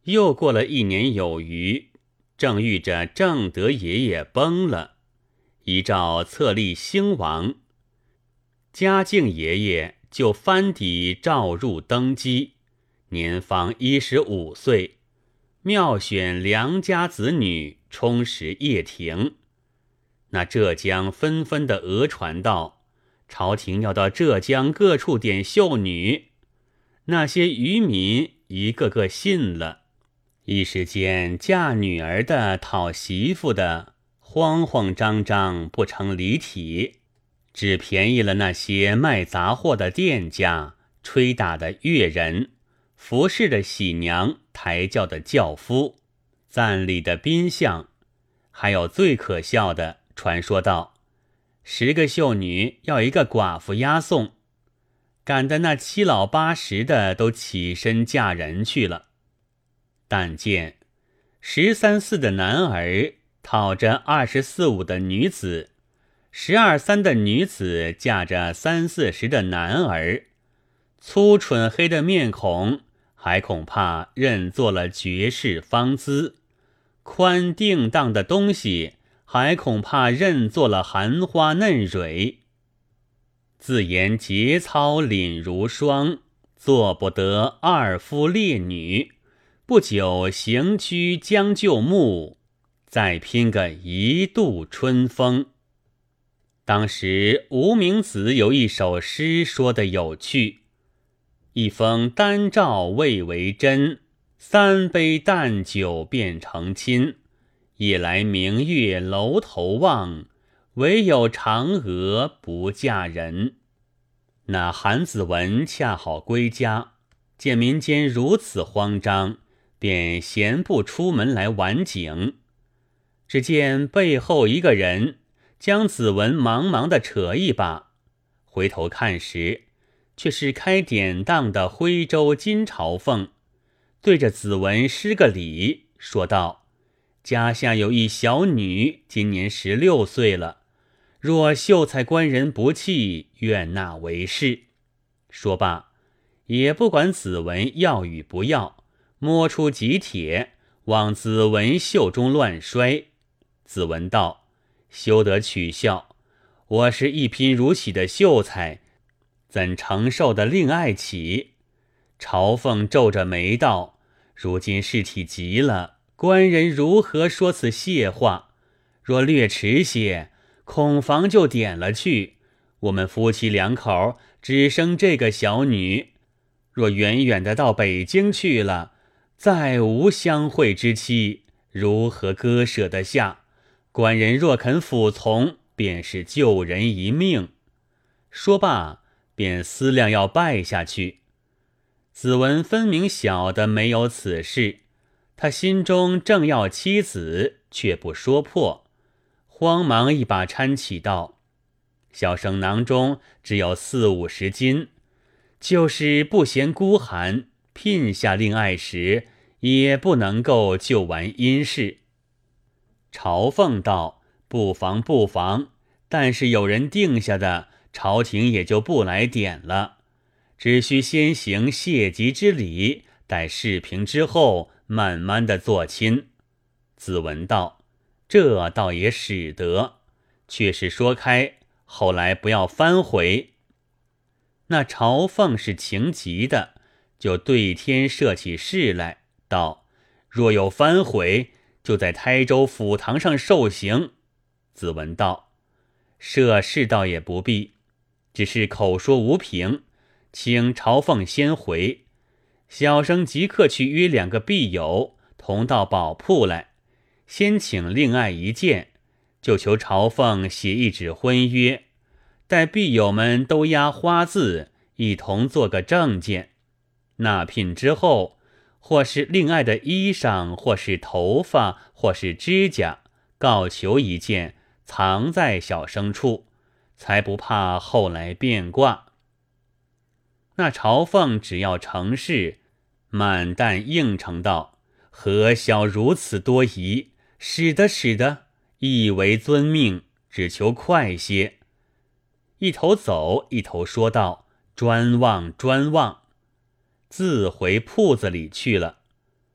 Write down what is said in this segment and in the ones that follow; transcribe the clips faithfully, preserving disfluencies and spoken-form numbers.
又过了一年有余，正遇着正德爷爷崩了，遗诏册立兴王，嘉靖爷爷就藩邸召入登基，年方一十五岁，妙选良家子女充实掖庭。那浙江纷纷的讹传道，朝廷要到浙江各处点秀女，那些渔民一个个信了，一时间嫁女儿的、讨媳妇的，慌慌张张不成离体，只便宜了那些卖杂货的店家、吹打的乐人、服侍的喜娘、抬轿的轿夫、赞礼的宾相，还有最可笑的，传说道十个秀女要一个寡妇押送，赶得那七老八十的都起身嫁人去了。但见十三四的男儿讨着二十四五的女子，十二三的女子嫁着三四十的男儿，粗蠢黑的面孔，还恐怕认作了绝世芳姿；宽定当的东西，还恐怕认作了含花嫩蕊。自言节操凛如霜，做不得二夫烈女，不久行居将就木，再拼个一度春风。当时无名子有一首诗说得有趣：一封丹诏未为真，三杯淡酒变成亲。夜来明月楼头望，唯有嫦娥不嫁人。那韩子文恰好归家，见民间如此慌张，便闲步出门来玩景。只见背后一个人将子文忙忙地扯一把，回头看时，却是开典当的徽州金朝凤，对着子文施个礼，说道：家下有一小女，今年十六岁了，若秀才官人不弃，愿纳为氏。说罢，也不管子文要与不要，摸出几帖往子文袖中乱摔。子文道：休得取笑，我是一贫如洗的秀才，怎承受得令爱起？朝凤皱着眉道：如今事体急了，官人如何说此谢话？若略迟些，恐防就点了去。我们夫妻两口只生这个小女，若远远的到北京去了，再无相会之期，如何割舍得下？官人若肯服从，便是救人一命。说罢，便思量要拜下去。子文分明晓得没有此事，他心中正要妻子，却不说破，慌忙一把搀起道：小生囊中只有四五十金，就是不嫌孤寒，聘下令爱时，也不能够救完阴事。朝凤道：不妨不妨，但是有人定下的，朝廷也就不来点了，只需先行谢吉之礼，待事平之后，慢慢的做亲。子文道：这倒也使得，却是说开，后来不要翻回。那朝凤是情急的，就对天设起誓来，道：若有翻回，就在台州府堂上受刑。子文道：设誓倒也不必，只是口说无凭，请朝凤先回，小生即刻去约两个婢友同到宝铺来，先请令爱一见，就求朝凤写一纸婚约，待婢友们都押花字，一同做个证件。纳聘之后，或是令爱的衣裳，或是头发，或是指甲，告求一件，藏在小生处，才不怕后来变卦。那朝凤只要成事，满淡应承道：何小如此多疑，使得使得，亦为遵命，只求快些。一头走，一头说道：专望专望，自回铺子里去了。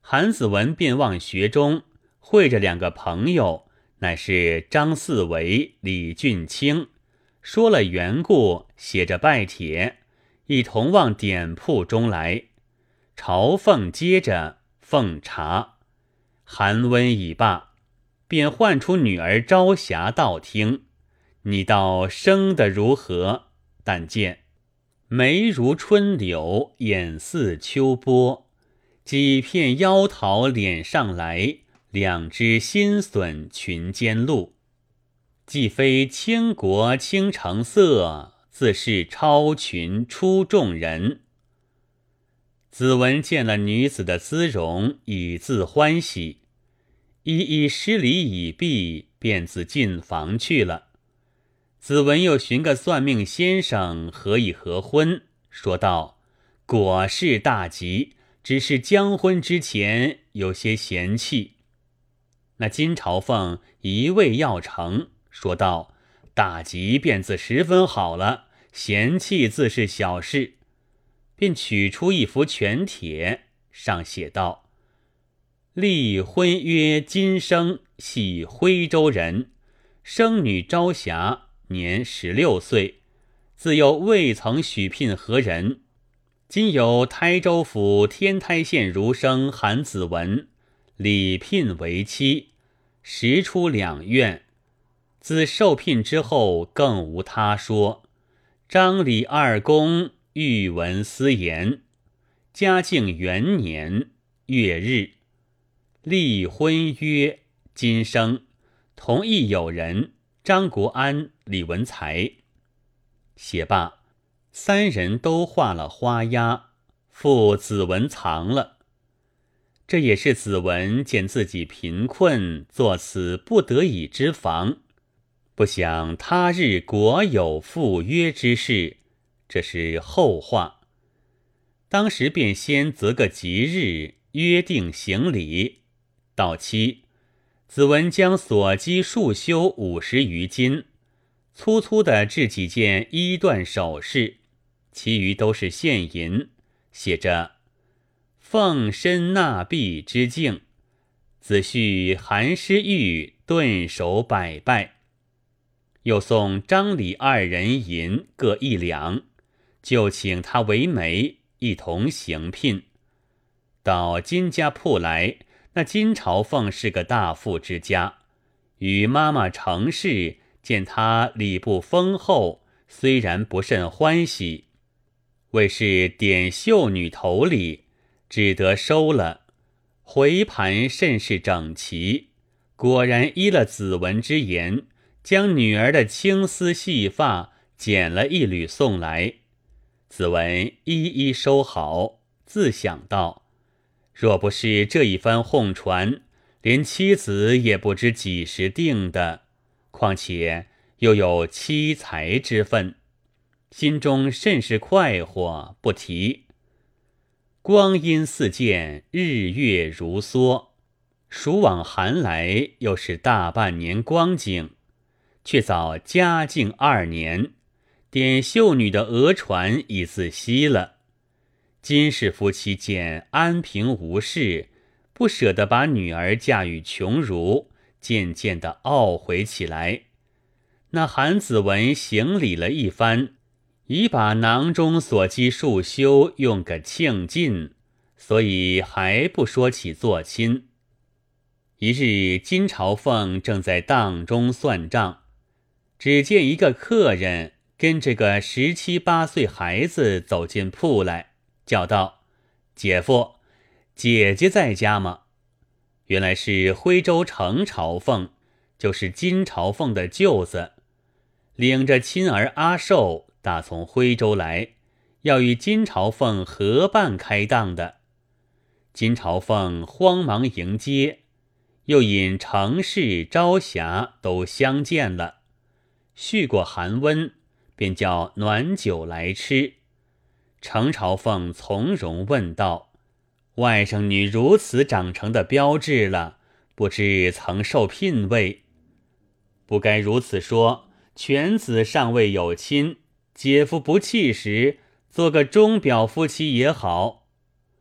韩子文便往学中会着两个朋友，乃是张四维、李俊清，说了缘故，写着拜帖，一同往典铺中来。朝奉接着奉茶，寒温已罢，便唤出女儿朝霞道听。你道生得如何？但见眉如春柳，眼似秋波，几片妖桃脸上来，两只新笋裙间露。既非倾国倾城色，自是超群出众人。子文见了女子的姿容，以自欢喜，一一施礼已毕，便自进房去了。子文又寻个算命先生合一合婚，说道：果是大吉，只是将婚之前有些嫌弃。那金朝凤一味要成，说道：大吉便自十分好了，嫌弃自是小事。便取出一幅全帖，上写道：立婚约今生，系徽州人，生女朝霞，年十六岁，自幼未曾许聘何人，今有台州府天台县儒生韩子文，礼聘为妻，时出两院。自受聘之后，更无他说。张李二公欲闻私言。嘉靖元年月日，立婚约今生，同意友人张国安、李文才。写罢，三人都画了花押，付子文藏了。这也是子文见自己贫困，作此不得已之防，不想他日果有赴约之事，这是后话。当时便先择个吉日，约定行礼。到期，子文将所积束修五十余金，粗粗的制几件衣缎首饰，其余都是现银，写着奉身纳币之敬，子婿韩诗玉顿首百拜。又送张李二人银各一两，就请他为媒，一同行聘。到金家铺来，那金朝凤是个大富之家，与妈妈程氏见他礼部丰厚，虽然不甚欢喜，为是点绣女头礼，只得收了。回盘甚是整齐，果然依了子文之言，将女儿的青丝细发剪了一缕送来。子文一一收好，自想到，若不是这一番哄传，连妻子也不知几时定的，况且又有妻财之分，心中甚是快活，不提。光阴似箭，日月如梭，数往寒来，又是大半年光景，却早嘉靖二年，点绣女的讹传已自息了。金氏夫妻见安平无事，不舍得把女儿嫁与穷儒，渐渐地懊悔起来。那韩子文行礼了一番，已把囊中所积束修用个庆尽，所以还不说起做亲。一日，金朝凤正在当中算账，只见一个客人跟着个十七八岁孩子走进铺来，叫道：姐夫，姐姐在家吗？原来是徽州程朝凤，就是金朝凤的舅子，领着亲儿阿寿打从徽州来，要与金朝凤合办开档的。金朝凤慌忙迎接，又引程氏、朝霞都相见了，续过寒温，便叫暖酒来吃。程朝凤从容问道：外甥女如此长成的标致了，不知曾受聘未？不该如此说，犬子尚未有亲，姐夫不弃时，做个钟表夫妻也好。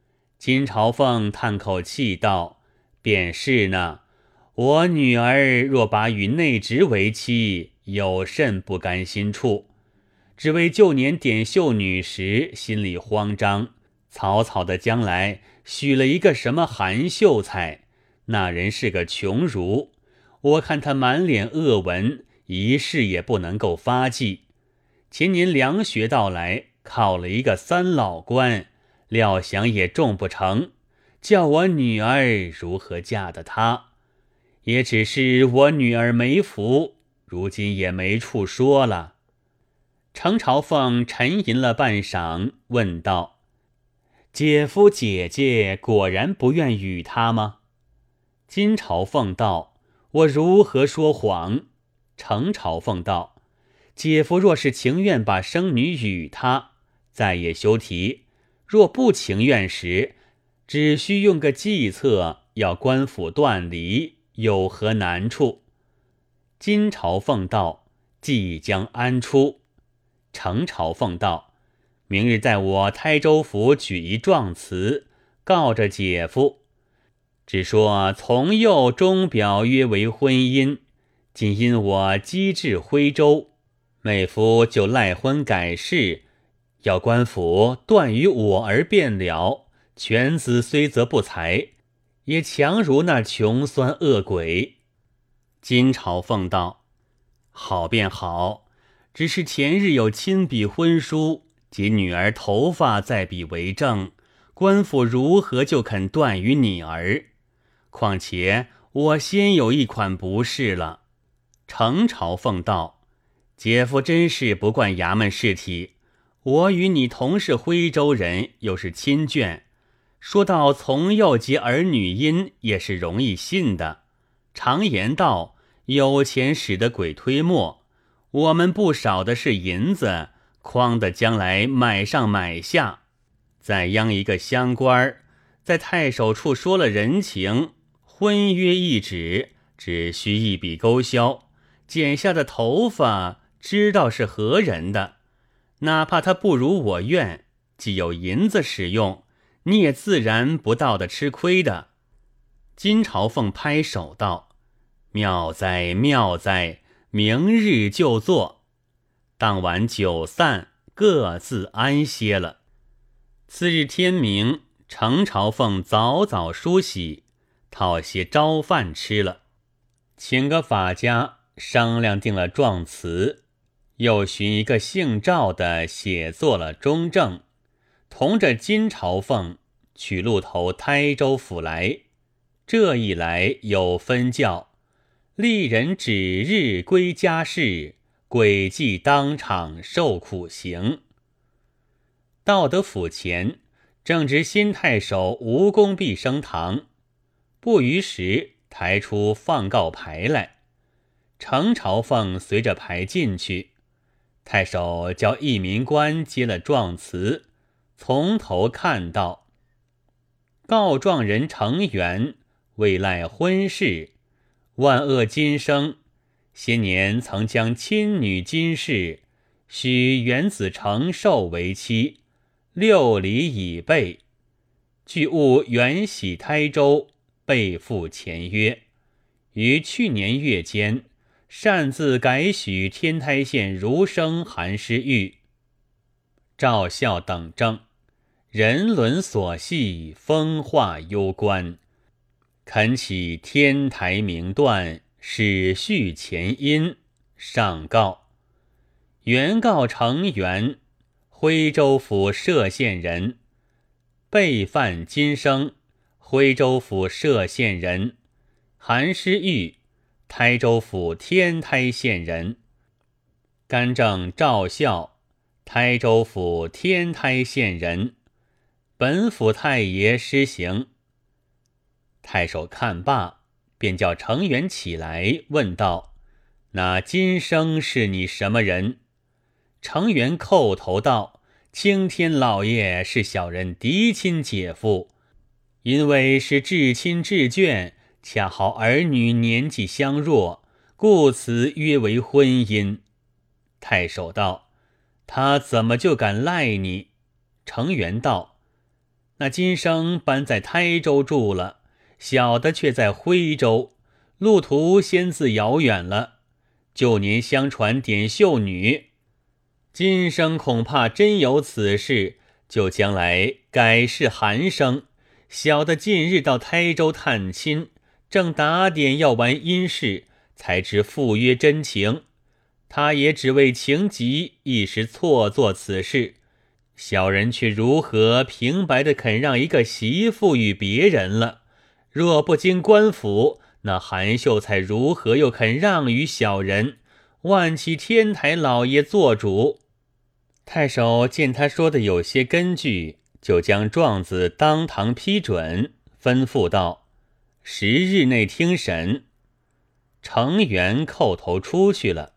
金朝凤叹口气道：便是呢，我女儿若把与内侄为妻，有甚不甘心处？只为旧年点绣女时心里慌张，草草的将来许了一个什么韩秀才，那人是个穷儒，我看他满脸恶纹，一世也不能够发迹。前年凉学到来，考了一个三老官，料想也中不成，叫我女儿如何嫁得他？也只是我女儿没福，如今也没处说了。程朝凤沉吟了半晌，问道：姐夫姐姐果然不愿与他吗？金朝凤道：我如何说谎？程朝凤道：姐夫若是情愿把生女与他，再也休提；若不情愿时，只需用个计策，要官府断离，有何难处？金朝凤道：计将安出？程朝凤道：明日在我台州府举一状词，告着姐夫，只说从幼钟表约为婚姻，仅因我机智徽州，妹夫就赖婚改氏，要官府断于我而便了，犬子虽则不才，也强如那穷酸恶鬼。金朝凤道：好便好，只是前日有亲笔婚书及女儿头发在笔为证，官府如何就肯断于你儿？况且我先有一款不是了。程朝凤道：姐夫真是不惯衙门事体，我与你同是徽州人，又是亲眷，说到从幼及儿女姻，也是容易信的。常言道，有钱使得鬼推磨，我们不少的是银子，诓的将来买上买下，再央一个乡官，在太守处说了人情，婚约一纸，只需一笔勾销，剪下的头发知道是何人的，哪怕他不如我愿，既有银子使用，你也自然不到的吃亏的。金朝凤拍手道：妙哉妙哉，明日就做。当晚酒散，各自安歇了。次日天明，程朝凤早早梳洗，讨些朝饭吃了，请个法家商量定了状词，又寻一个姓赵的写作了中正，同着金朝凤取路投台州府来。这一来有分教，丽人指日归家事，诡计当场受苦刑。到得府前，正值新太守吴公弼升堂，不逾时抬出放告牌来。程朝凤随着牌进去，太守叫一民官接了状词，从头看到：告状人程元未赖婚事，万恶今生，先年曾将亲女金氏许元子承寿为妻，六礼已备，据务原徙台州，备付前约，于去年月间擅自改许天台县儒生韩师玉。赵孝等证，人伦所系，风化攸关，恳起天台明断，始序前因。上告原告程元，徽州府歙县人，备犯今生，徽州府歙县人，韩师玉，台州府天台县人。干政赵孝，台州府天台县人，本府太爷施行。太守看罢，便叫程元起来，问道：那今生是你什么人？程元叩头道：青天老爷是小人嫡亲姐夫，因为是至亲至眷，恰好儿女年纪相若，故此约为婚姻。太守道：他怎么就敢赖你？程元道： 那今生搬在台州住了，小的却在徽州，路途先自遥远了。旧年相传点绣女，今生恐怕真有此事，就将来改是寒生。小的近日到台州探亲，正打点要完阴事，才知赴约真情。他也只为情急，一时错做此事。小人却如何平白的肯让一个媳妇与别人了？若不经官府，那韩秀才如何又肯让与小人？万祈天台老爷做主。太守见他说的有些根据，就将状子当堂批准，吩咐道：十日内听审。程元叩头出去了。